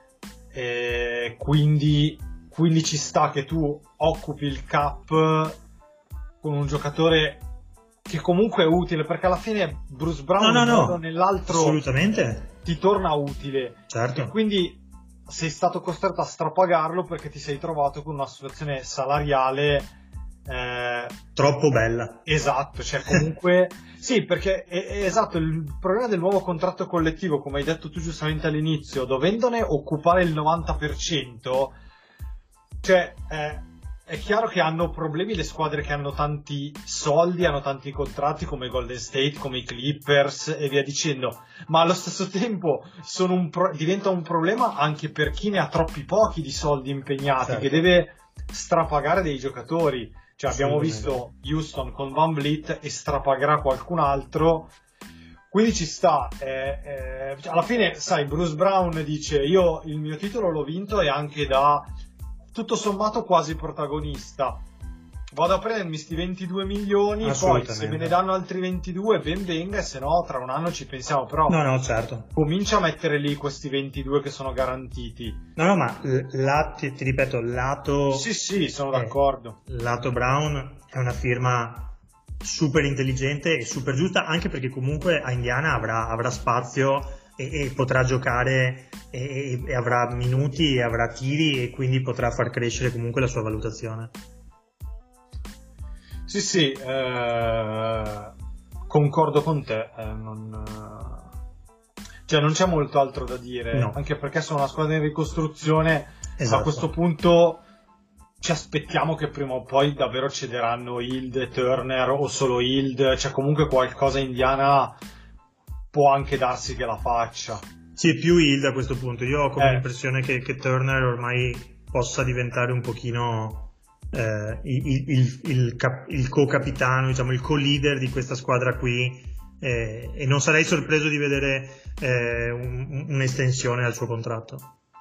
quindi ci sta che tu occupi il cap con un giocatore che comunque è utile, perché alla fine Bruce Brown in un modo o nell'altro assolutamente ti torna utile, certo. E quindi sei stato costretto a strapagarlo perché ti sei trovato con una situazione salariale troppo bella. Esatto, cioè comunque sì, perché esatto, il problema del nuovo contratto collettivo, come hai detto tu giustamente all'inizio, dovendone occupare il 90%, cioè è chiaro che hanno problemi le squadre che hanno tanti soldi, hanno tanti contratti, come Golden State, come i Clippers e via dicendo, ma allo stesso tempo diventa un problema anche per chi ne ha troppi pochi di soldi impegnati, certo, che deve strapagare dei giocatori. Cioè abbiamo visto Houston con Van Vliet e strapagherà qualcun altro, quindi ci sta. Alla fine, sai, Bruce Brown dice: io il mio titolo l'ho vinto e anche da tutto sommato quasi protagonista, vado a prendermi sti 22 milioni, poi se me ne danno altri 22 ben venga, e se no tra un anno ci pensiamo, però no, certo, comincia a mettere lì questi 22 che sono garantiti. No, ma ti ripeto, lato sì, sono d'accordo, lato Brown è una firma super intelligente e super giusta, anche perché comunque a Indiana avrà spazio e potrà giocare e avrà minuti e avrà tiri, e quindi potrà far crescere comunque la sua valutazione. Sì, concordo con te, cioè non c'è molto altro da dire, no, anche perché sono una squadra in ricostruzione, esatto. A questo punto ci aspettiamo che prima o poi davvero cederanno Hield e Turner, o solo Hield, cioè comunque qualcosa Indiana può anche darsi che la faccia. Sì, più Hield a questo punto. Io ho come l'impressione che Turner ormai possa diventare un pochino il co-capitano, diciamo, il co-leader di questa squadra qui, e non sarei sorpreso di vedere un'estensione al suo contratto.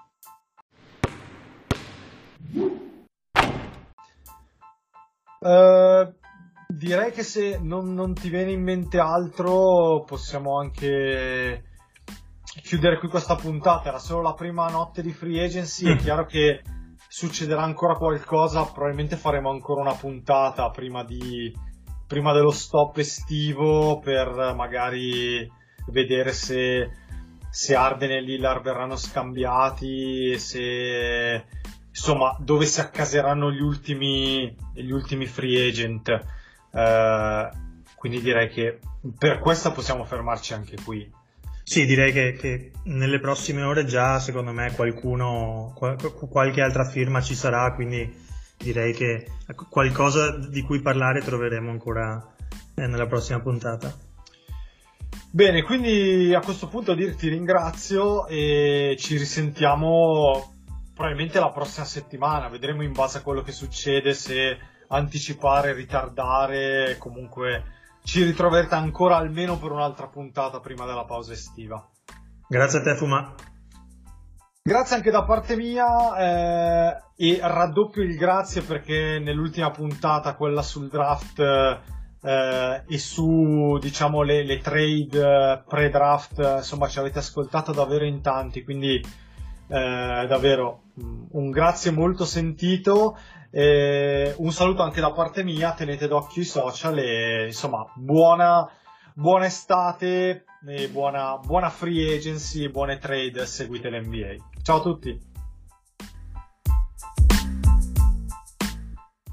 Direi che se non ti viene in mente altro possiamo anche chiudere qui questa puntata. Era solo la prima notte di free agency, è chiaro che succederà ancora qualcosa, probabilmente faremo ancora una puntata prima dello stop estivo, per magari vedere se Harden e Lillard verranno scambiati, se insomma dove si accaseranno gli ultimi free agent, quindi direi che per questa possiamo fermarci anche qui. Sì, direi che nelle prossime ore già, secondo me, qualche altra firma ci sarà, quindi direi che qualcosa di cui parlare troveremo ancora nella prossima puntata. Bene, quindi a questo punto dirti ringrazio e ci risentiamo probabilmente la prossima settimana. Vedremo in base a quello che succede se anticipare, ritardare, comunque ci ritroverete ancora almeno per un'altra puntata prima della pausa estiva. Grazie a te, Fuma. Grazie anche da parte mia, e raddoppio il grazie perché nell'ultima puntata, quella sul draft e su, diciamo, le trade pre-draft, insomma ci avete ascoltato davvero in tanti, quindi davvero un grazie molto sentito. Un saluto anche da parte mia, tenete d'occhio i social e insomma buona estate e buona free agency e buone trade, seguite l'NBA. Ciao a tutti.